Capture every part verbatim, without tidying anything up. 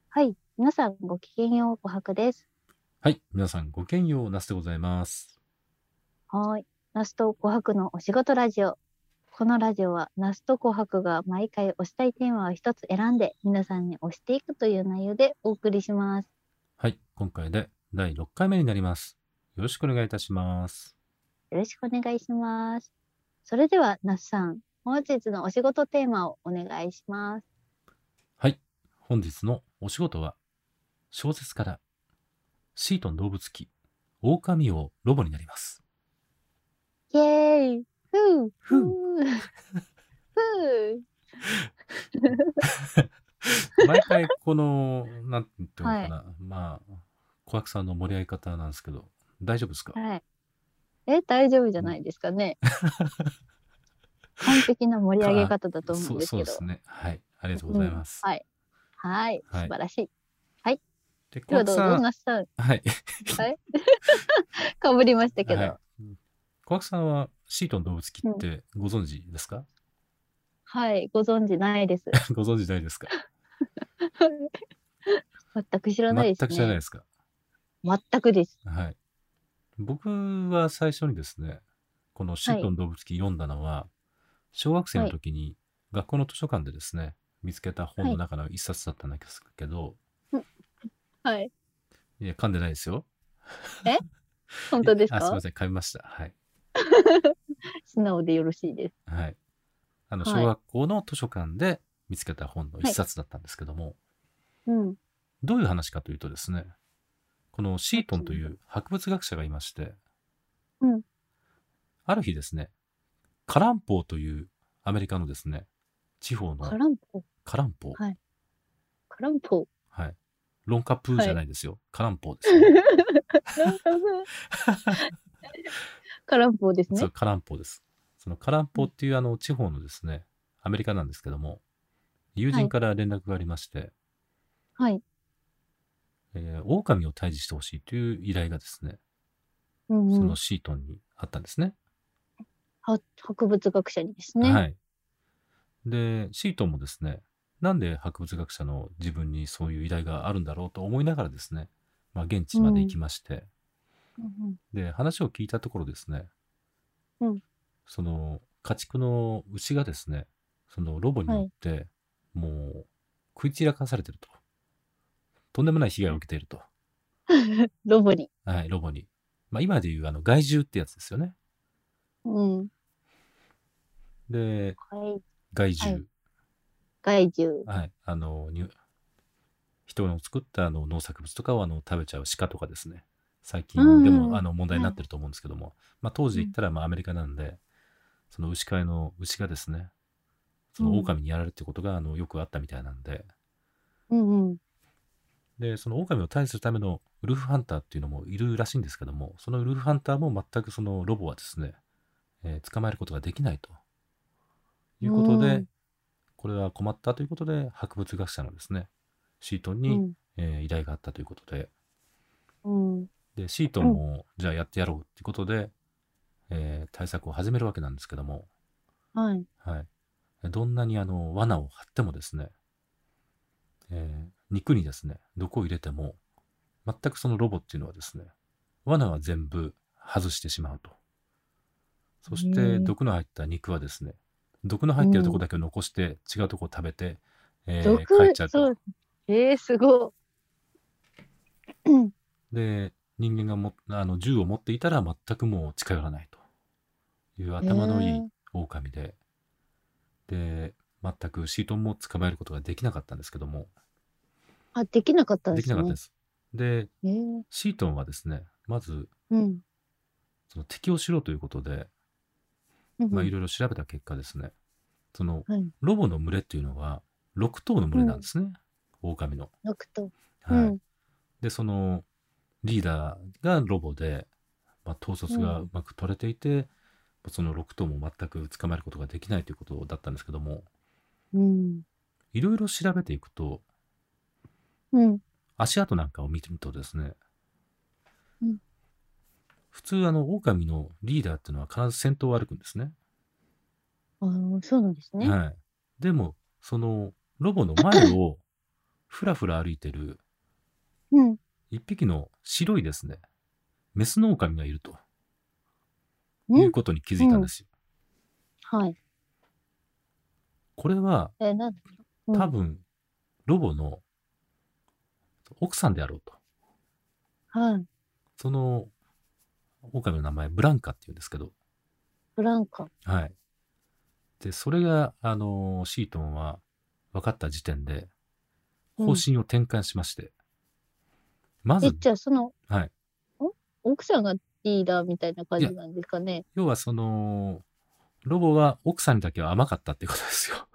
はい。皆さんごきげんよう、こはくです。 はい。皆さんごきげんよう、なすでございます。 はーい。ナスとこはくのお仕事ラジオ。このラジオは、ナスとこはくが毎回推したいテーマを一つ選んで、皆さんに推していくという内容でお送りします。 はい。今回でだいろっかいめになります。よろしくお願いいたします。 よろしくお願いします。それでは、ナスさん、本日のお仕事テーマをお願いします。 はい。本日のお仕事は、小説からシートン動物記、狼王ロボになります。 イェーイふうふう。 ふうふう毎回この、なんて言うのはい。 かな。まあ、小白さんの盛り上げ方なんですけど、大丈夫ですか？ はい。え、大丈夫じゃんないですかね。完璧な盛り上げか、 方だと思うそう、 んですけど。 そうですね。はい。ありがとうごうん。 ざいます。 はい。はい。 はい。 素晴らしい。はい。 で、小ではどうぞ、 白さん、 那須さん。 はい。 はい。かぶりましたけはい。 ど。 小白さんはシートン動物記うん。 ってご存知ですか？ はい。ご存知ないです。 ご存知ないですか？ 全く知らない全くですね。 知らないですか？ 全くです。 はい。僕は最初にですね、このシはい。 ートン動物記読んだのは、小学生はい。 の時に学校の図書館でですね、見つけた本はい。 の中の一冊だったんですけど、 うん。はい。 いや、噛んでないですよ。 え本いや、 当ですあ、すみか？ ません、噛みました。はい。 素直でよろしいです。 はい。あの、小はい。 学校の図書館で見つけた本の一はい。 冊だったんですけども、 うん。 どういう話かというとですね、このシートンといどっちなんだろう博物学者がいまして、 う。うん。 ある日ですね、カランポーというアメリカのですね、地方のカランポ。 カランポー。 はい。カランポ。 はい。ロンカプーじはい。 ゃないですよ。カランポーですよ。 なんかね、カランポですそう、 ね。 カランポーです。そのカランうん。 ポーっていうあの地方のですね、アメリカなんですけども、友はい。 人から連絡がありまして、 はい。 えー、狼を退治してほしいという依頼がですね、そのうんうん。 シートンにあったんですね。 は、博物学者にですね。 はい。で、シートンもですね、なんで博物学者の自分にそういう依頼があるんだろうと思いながらですね、まあ、現地まで行うん。 きまして、 うんで、話を聞いたところですね、 うん。うん。 その家畜の牛がですね、そのロボにはい。 よって、もう食い散らかされてると。とんでもない被害を受けていると。 ロボに。 はい、ロボに。まあ今でいうあの害獣ってやつですよね。 うん。 で、 はい。はい。 害獣。 害獣。 はい。あの、に人の作ったあの農作物とかをあの食べちゃう鹿とかですね。最う近でんうん。 もあの問題にはい。 なってると思うんですけども、まあ当時うん。 で言ったらまあアメリカなんで、その牛飼いの牛がですね、そのうん。 狼にやられるってことがあのよくあったみたいなんで、 うんうん。 で、その狼を退治するためのウルフハンターっていうのもいるらしいんですけども、そのウルフハンターも全くそのロボはですね、えー捕まえることができないということで、 うん。 これは困ったということで、博物学者のですね、シートンに、 うん。 えー依頼があったということで、 うん。 で、シートンもじゃあやってやろうということで、えー対策を始めるわけなんですけども、 はい。 はい。どんなにあの罠を張ってもですね、えー肉にですね、毒を入れても、全くそのロボっていうのはですね、罠は全部外してしまうと。そしてええ。 毒の入った肉はですね、毒の入っているところうん。 だけを残して違うところを食べて、えー帰っ毒、 ちゃうと。 そう。ええ、すごい。うん。 で、人間がもあの銃を持っていたら全くもう近寄らないという頭のいいええ。 狼で、で、全くシートンも捕まえることができなかったんですけども、 あ、できなかったんですね。 できなかったです。で、 ええ。 シートンはですね、まずうん。 その敵を知ろうということで、まあいうんうん。 ろいろ調べた結果ですね、そのはい。 ロボの群れっていうのはろく頭の群うん。 れなんですね。狼の。 ろく頭。うはい。 ん。 で、そのリーダーがロボで、まあ、統率がうん。 うまく取れていて、そのろく頭も全く捕まえることができないということだったんですけども、 うん。 いろいろ調べていくと、 うん。 足跡なんかを見てみるとですね、 うん。 普通あの狼のリーダーっていうのは必ず先頭を歩くんですね。 ああ、そうなんですね。 はい。でも、そのロボの前をふらふら歩いてるうん。 一匹の白いですね、メスの狼がいるとうん。 いうことに気づいたんですよ。 はい。 これはえ、なんだろう。うん。 多分ロボの奥さんであろうと。 はい。 その狼の名前ブランカっていうんですけど、 ブランカ。 はい。で、それが、あのシートンは分かった時点で方うん。 針を転換しまして、まえ、 ず、 じゃあ、その、 はい。 ん奥さんがリーダーみたいないや、 感じなんですかね。 要はその、ロボは奥さんにだけは甘かったっていうことですよ。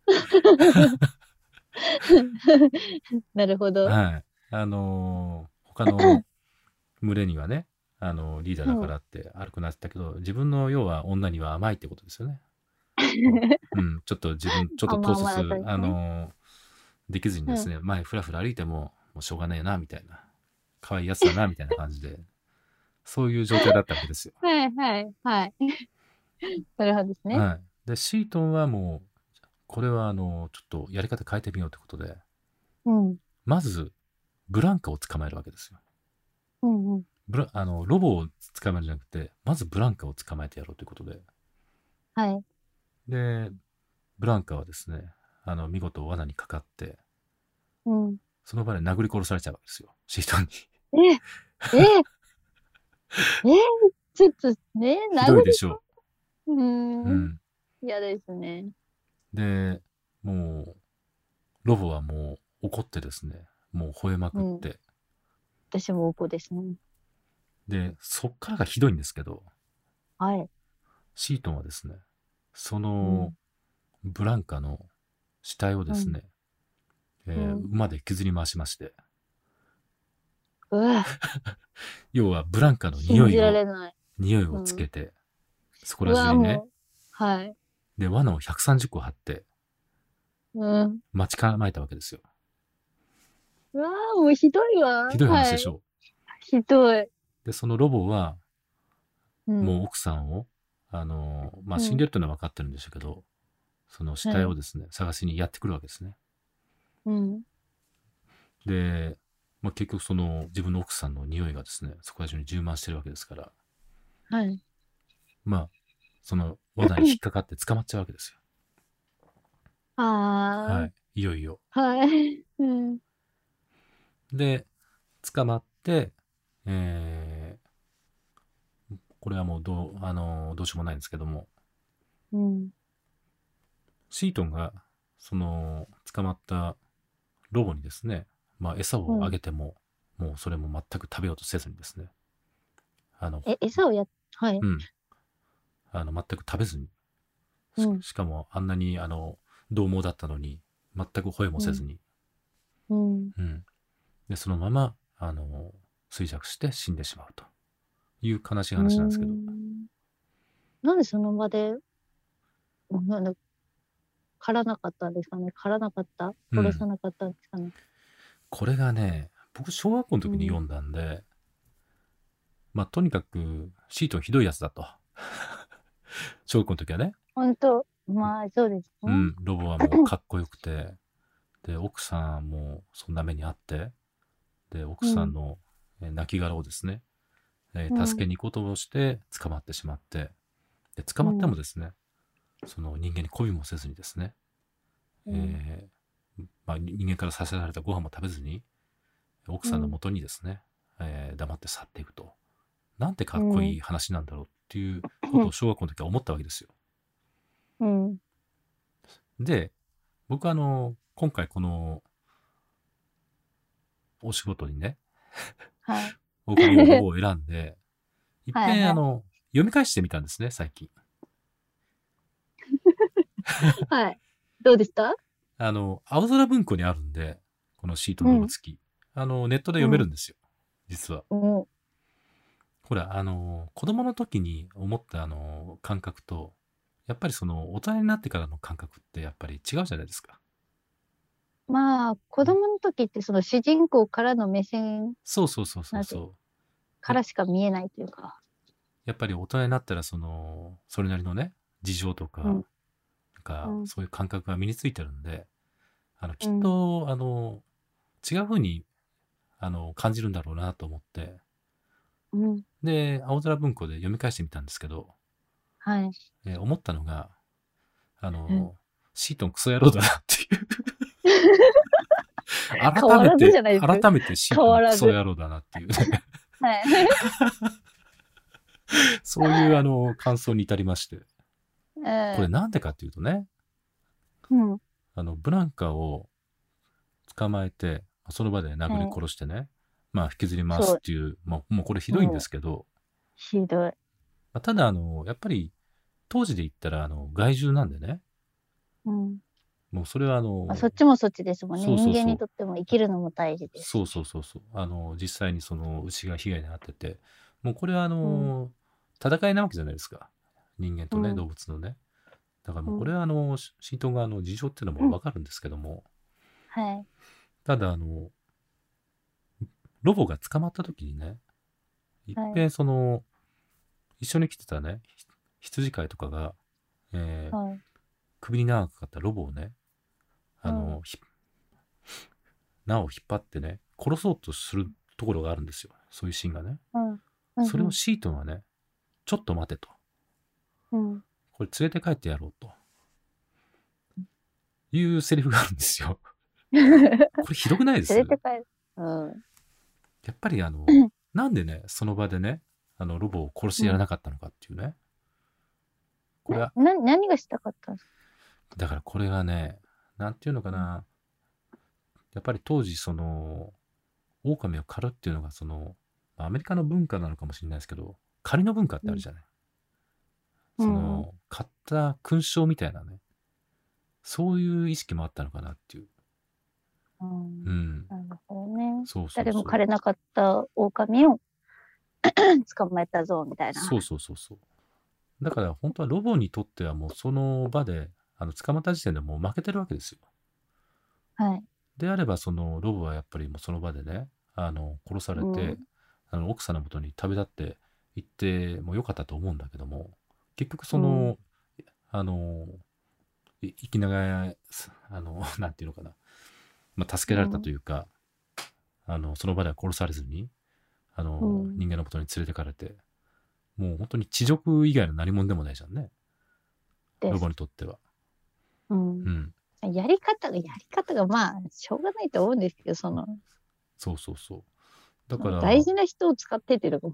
なるほど。 はい。あのー他の群れにはね、あのーリーダーだかうん。 らって悪くなってたけど、自分の要は女には甘いってことですよね。こううん、ちょっと自分、ちょっとあ、まあまあだった統率、あんですね。 のーできずにうん。 ですね、前ふらふら歩いても、もうしょうがねえな、みたいな。可愛いやつだな、みたいな感じで、そういう状態だったわけですよ。 はいはい、はい。なるほどですね。 はい。で、シートンはもう、これはあの、ちょっとやり方変えてみようってことで、 うん。 まず、ブランカを捕まえるわけですよ。 うんうん。 ブラあのロボを捕まえるんじゃなくて、まずブランカを捕まえてやろうということで、 はい。 で、ブランカはですね、あの見事罠にかかって、 うん。 その場で殴り殺されちゃうわけですよ、シートンに。 え、え、え、ちょっとね、 ひ殴りこ、 どいでしょうう。うーん。 ん。 嫌ですね。 で、もう、ロボはもう怒ってですね、もう吠えまうん。 くって、 私もこですね。 で、そっからがひどいんですけど、 はい。 シートンはですね、そのうん。 ブランカの死体をでうん。 すね、えーうん。 馬で削り回しまして、 うわ、 要はブランカの信じら匂いを、 れない。 匂いをつうん。 けて、そこうわ、 ら中にね、 もう、はい。 で、罠をひゃくさんじゅっこ張って、 うん。 待ち構えたわけですよ。 うわ、もうひどいわ。 ひどい話はい。 でしょひどい。 う。で、そのロボは、 うん。 もう奥さんを、あのーまあ、 うん。 死んでるっていうのは分かってるんでしょうけど、その死はい。 体をですね、探しにやってくるわけですね。 うん。 で、まあ、結局その自分の奥さんの匂いがですね、そこら中に充満してるわけですから、 はい。 まあ、その罠に引っかかって捕まっちゃうわけですよ。 あはい。いよいよ。 あ、はい。うん。 で、捕まって、えー、これはもうどう、あのーどうしようもないんですけども、 うん。 シートンが、その、捕まったロボにですね、まあ、餌をあうん。 げても、もうそれも全く食べようとせずにですね、あの、 え、餌をや、はい。 うん、あの、全く食べずに、し、 うん。 しかもあんなに、あの、獰猛だったのに、全く吠えもうん。 せずに、 うん。 うん。で、そのまま、あの、衰弱して死んでしまうという悲しいうー話なんですけど、 ん。なんでその場で、なんだ、狩らなかったんですかね。狩らなかった、 うん。 殺さなかったんですかね。 これがね、僕、小学校のうん。 時に読んだんで、まあ、とにかく、シートンひどいやつだと。小学校の時はね。 本当、まあ、そうですね。 うん、ロボはもうかっこよくて、で、奥さんもそんな目にあって、で、奥うん。 さんのえー亡骸をですね、えー助うん。 けに行こうとして捕まってしまって、で、捕まってうん。 もですね、その人間に恋もせずにですね、 うん。 えーまあ、人間から差し出されたご飯も食べずに、奥うん。 さんの元にですね、えー黙って去っていくと。なんてかうっこいん。 い話なんだろうっていうことを小学校の時は思ったわけですよ。 うん。 で、僕はあの、今回このお仕事にね、 はい。 狼のロボを選んで、いっはいはい。 ぺんあの、読み返してみたんですね、最近。 はい。どうでした？ あの、青空文庫にあるんで、このシートうん。 のロボ付き。あの、ネットでうん。 読めるんですよ、実は。 うん。 ほら、あの、子供の時に思ったあの、感覚と、やっぱりその、大人になってからの感覚ってやっぱり違うじゃないですか。 まあ、子供の時ってその主人公からの目線、 そうそうそうそうなんて、 そう。や、 からしか見えないというか。 やっぱり大人になったら、その、それなりのね、事情とか、 うん。 なんか、 うん。 そういう感覚が身についてるんで、あの、きっうん。 と、あの、 違う風に、あの、感じるんだろうなと思って、 うん。 で、青空文庫で読み返してみたんですけど、 はい。 えー思ったのが、あうんの、シートンクソ野郎だなっていう。 変わらずじ改めて、 ゃないですか。 改めてシートンク変わらず。 ソ野郎だなっていうね。 はい。 そういうあの感想に至りまして。これうなんでかっていうとね、 ん。うん。 あの、ブランカを捕まえて、その場で殴りはい。 殺してね、まあ引きずり回そう。 すっていう、まあもうこれひどいんでもう、 すけど、 ひどい。 まあ、ただあの、やっぱり当時で言ったらあの、害獣なんでね、 うん。 もうそれはあまあ、 の、 そっちもそっちですもんね。人そうそうそう、 間にとっても生きるのも大事ですそうそし。 うそうそう、あの、実際にその牛が被害に遭ってて、もうこれはあうん。 の、戦いなわけじゃないですか。人間とね、 うん。 動物のね。だからもうこれうん。 はあの、神道側の事情っていうのうん。 もわかるんですけども、 はい。 ただあの、ロボが捕まった時にね、いっはい。 ぺんその、一緒に来てたね、ひ羊飼いとかが、えー、 はい。 首に長くかかったロボをね、あうん。 の、ひ縄を引っ張ってね、殺そうとするところがあるんですよ。そういうシーンがね。 うん。うん。 それをうん。 シートンはね、ちょっと待てと。 うん。 これ連れて帰ってやろうというセリフがあるんですよ。これひどくないです？ 連れて帰る。うん。 やっぱりあの、なんでね、その場でね、あの、ロボを殺しうん。 てやらなかったのかっていうね。これな、 は、 な、何がしたかったんですか？ だからこれがね、なんていうのかうん。 な。やっぱり当時、その、狼を狩るっていうのが、その、アメリカの文化なのかもしれないですけど、狩りの文化っうん。 てあるじゃない。 うん。うん。 その、狩った勲章みたいなね、そういう意識もあったのかなっていう。うん。 なるほどね。 そうそう誰もそう。 狩れなかった狼を捕まえたぞ、みたいなそう話。 そうそうそう。だから本当はロボにとってはもうその場で、あの、捕まった時点でもう負けてるわけですよ。 はい。 であれば、そのロボはやっぱりもうその場でね、あの、殺されて、 うん。 あの、奥さんのもとに旅立って行ってもよかったと思うんだけども、結局そうん。 の、あの、い生きながら、あの、なんていうのかな、まあ、助けられたうん。 というか、あの、その場では殺されずに、あの、 うん。 人間のもとに連れてかれて、もう本当に恥辱以外の何者でもないじゃんね。ロボです。 にとっては。 うん。 うん。 やり方が、やり方が、まあ、しょうがないと思うんですけど、その、 そうそうそう。だそのから、 大事な人を使ってっていうのが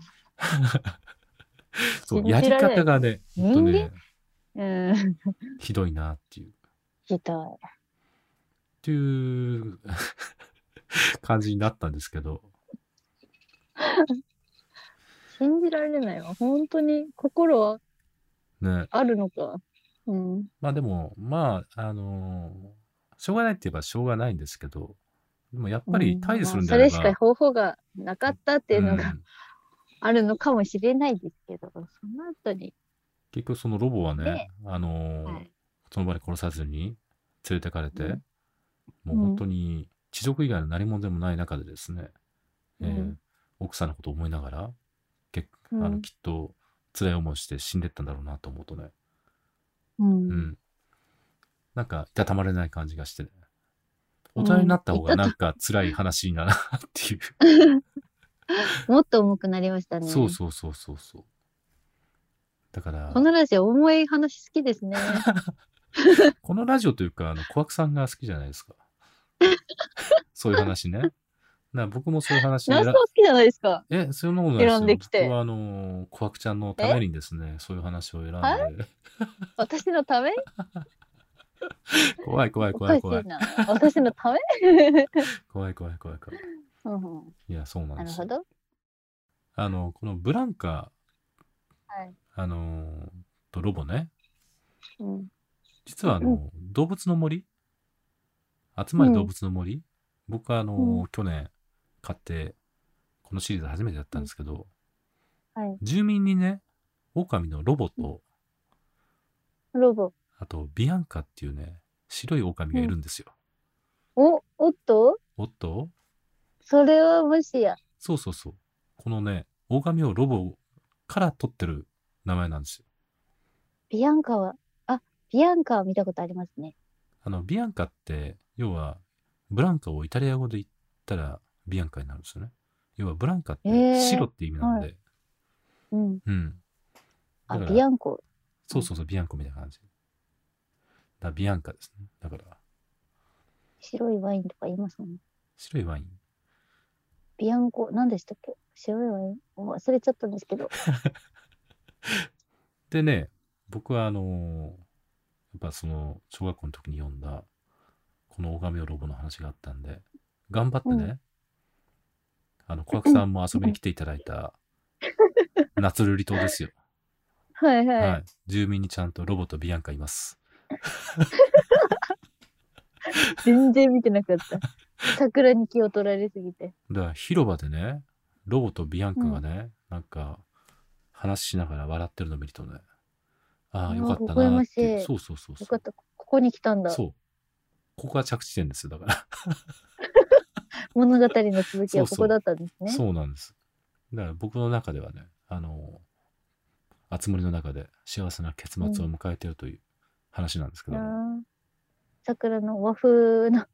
そう、 信じやりられないです。 方がね、ほんと人間。 ね、 うん。 ひどいなっていう、っひどていう感じになったんですけど、 い。信じられないわ。本当に心はね。 あるのか。うん。 まあでも、まあ、あのしょうがないって言えばしょうがないんですけど、でもやっぱりうん。まあ、 退治するんでそれしかあれば、 方法がなかったっていうのがうん、 あるのかもしれないですけど、その後に、 結局そのロボはね、 ね。 あのはい。 その場で殺さずに連れてかれて、 うん。 もう本うん。 当に恥辱以外の何者でもない中でですね、えーうん。 奥さんのことを思いながら、けあのうん。 きっと辛い思いして死んでったんだろうなと思うとね、 うん。 うん、なんかいたたまれない感じがしてね、大うん。 人になったいたと、 方がなんか辛い話になるなっていう。 もっと重くなりましたね。 そうそうそうそうそう。だから、 このラジオ重い話好きですね。 このラジオというか、あの、小悪さんが好きじゃないですか。そういう話ね。な僕もそういう話ナス選、 ト好きじゃないですか。 え、そういうのことないです選んよ。 できて。 僕は、あの、小悪ちゃんのたえめにですね、そういう話を選んはいで、 私のため怖い怖いお怖い怖い。 かしいな。私のため怖い怖い怖い怖い。 うんうん。 いや、そうなんですよ。 なるほど。 あの、このブランカ、 はい。 あの、とロボね、 うん。 実はあの、動物の森集まり動うん。 物の森僕はあうん。 の、去年買って、このシリーズ初めてやったうん。 んですけど、 はい。 住民にね、狼のロボと、 ロボ。 あとビアンカっていうね、白い狼うん。 がいるんですよ。 お、おっとおっとそれはもしや。 そうそうそう。このね、狼をロボから取ってる名前なんですよ。 ビアンカは、あ、ビアンカは見たことありますね。 あの、ビアンカって、要は、ブランカをイタリア語でたらビアンカになるんですよね。要はブランカっえてー白って意味なんで、 うん。 うん。 あ、 だからビアンコ。 そうそうそう、ビアンコみたいな感じ。だからビアンカですね。だから、 白いワインとか言いますもんね。 白いワイン。 ビアンコ、何でしたっけ？白いワイン忘れちゃったんですけど。 でね、僕はあのーやっぱその、小学校の時に読んだ、この拝みをロボの話があったんで、頑張ってね、 うんあの、小白さんも遊びに来ていただいた、夏瑠璃島ですよ。 はいはい。 はい。住民にちゃんとロボとビアンカいます。 全然見てなかった。桜に気を取られすぎて。 だから広場でね、ロボとビアンカがね、なんか、話しながら笑ってるのを見るとね、ああ、よかったなーっていう。 微笑ましい。 そうそうそうそう。 よかった。ここに来たんだ。 そう。ここが着地点ですよ、だから。 物語の続きはここだったんですね。 そうなんです。だから僕の中ではね、あの、あつ森の中で幸せな結末を迎えているという話なんですけども。 あー桜の和風の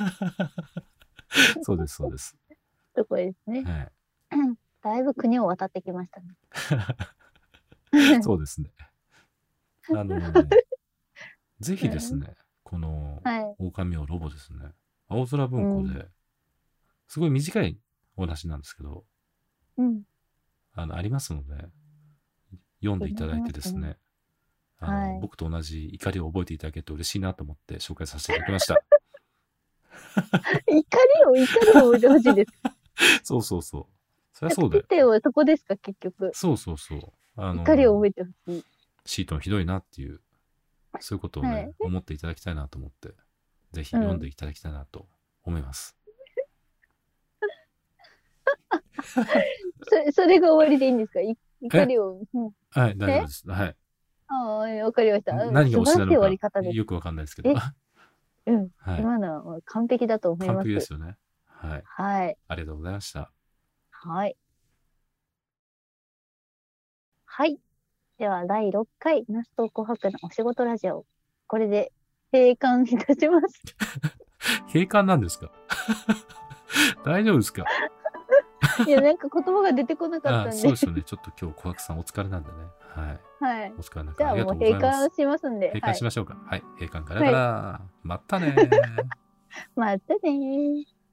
そうです、そうです。 とこですね。 はい。 だいぶ国を渡ってきましたね。 そうですね。あの、ぜひですね、この、 はい。 狼をロボですね、青空文庫うで、すごい短いお話なんですけど、 うん。 あの、ありますので、読んでいただいてですね、あの、 はい僕と同じ怒りを覚えていただけると嬉しいなと思って紹介させていただきました。 怒りを、怒りを置いてほしいです。 そうそうそう。そりゃそうだよ。 手はそこですか、結局。 そうそうそう。あの、 怒りを覚えてほしい。 シートンひどいなっていう、そういうことをね、 はい思っていただきたいなと思って、ぜひ読んでいただきたいなと思います。 それ、それが終わりでいいんですか？い怒りを。うん、 はい、大丈夫です。はい。 ああ、わかりました。 何がおっしゃる素晴らしい終わのり方です。 かよくわかんないですけど。 えうん。 はい。 今のは完璧だと思います。 完璧ですよね。はい。 はい。 ありがとうございました。 はい。はい。では、だいろっかい、ナスと琥珀のお仕事ラジオ。これで閉館いたします。 閉館なんですか？大丈夫ですか？ いや、なんか言葉が出てこなかったんあ、 で。 そうですよね。ちょっと今日、小白さんお疲れなんでね。はい。 はい。 お疲れなんじゃあかありがともう閉うございます。 館しますんで。 閉館しましょうか。はい。閉館からはいから。またねー。 またねー。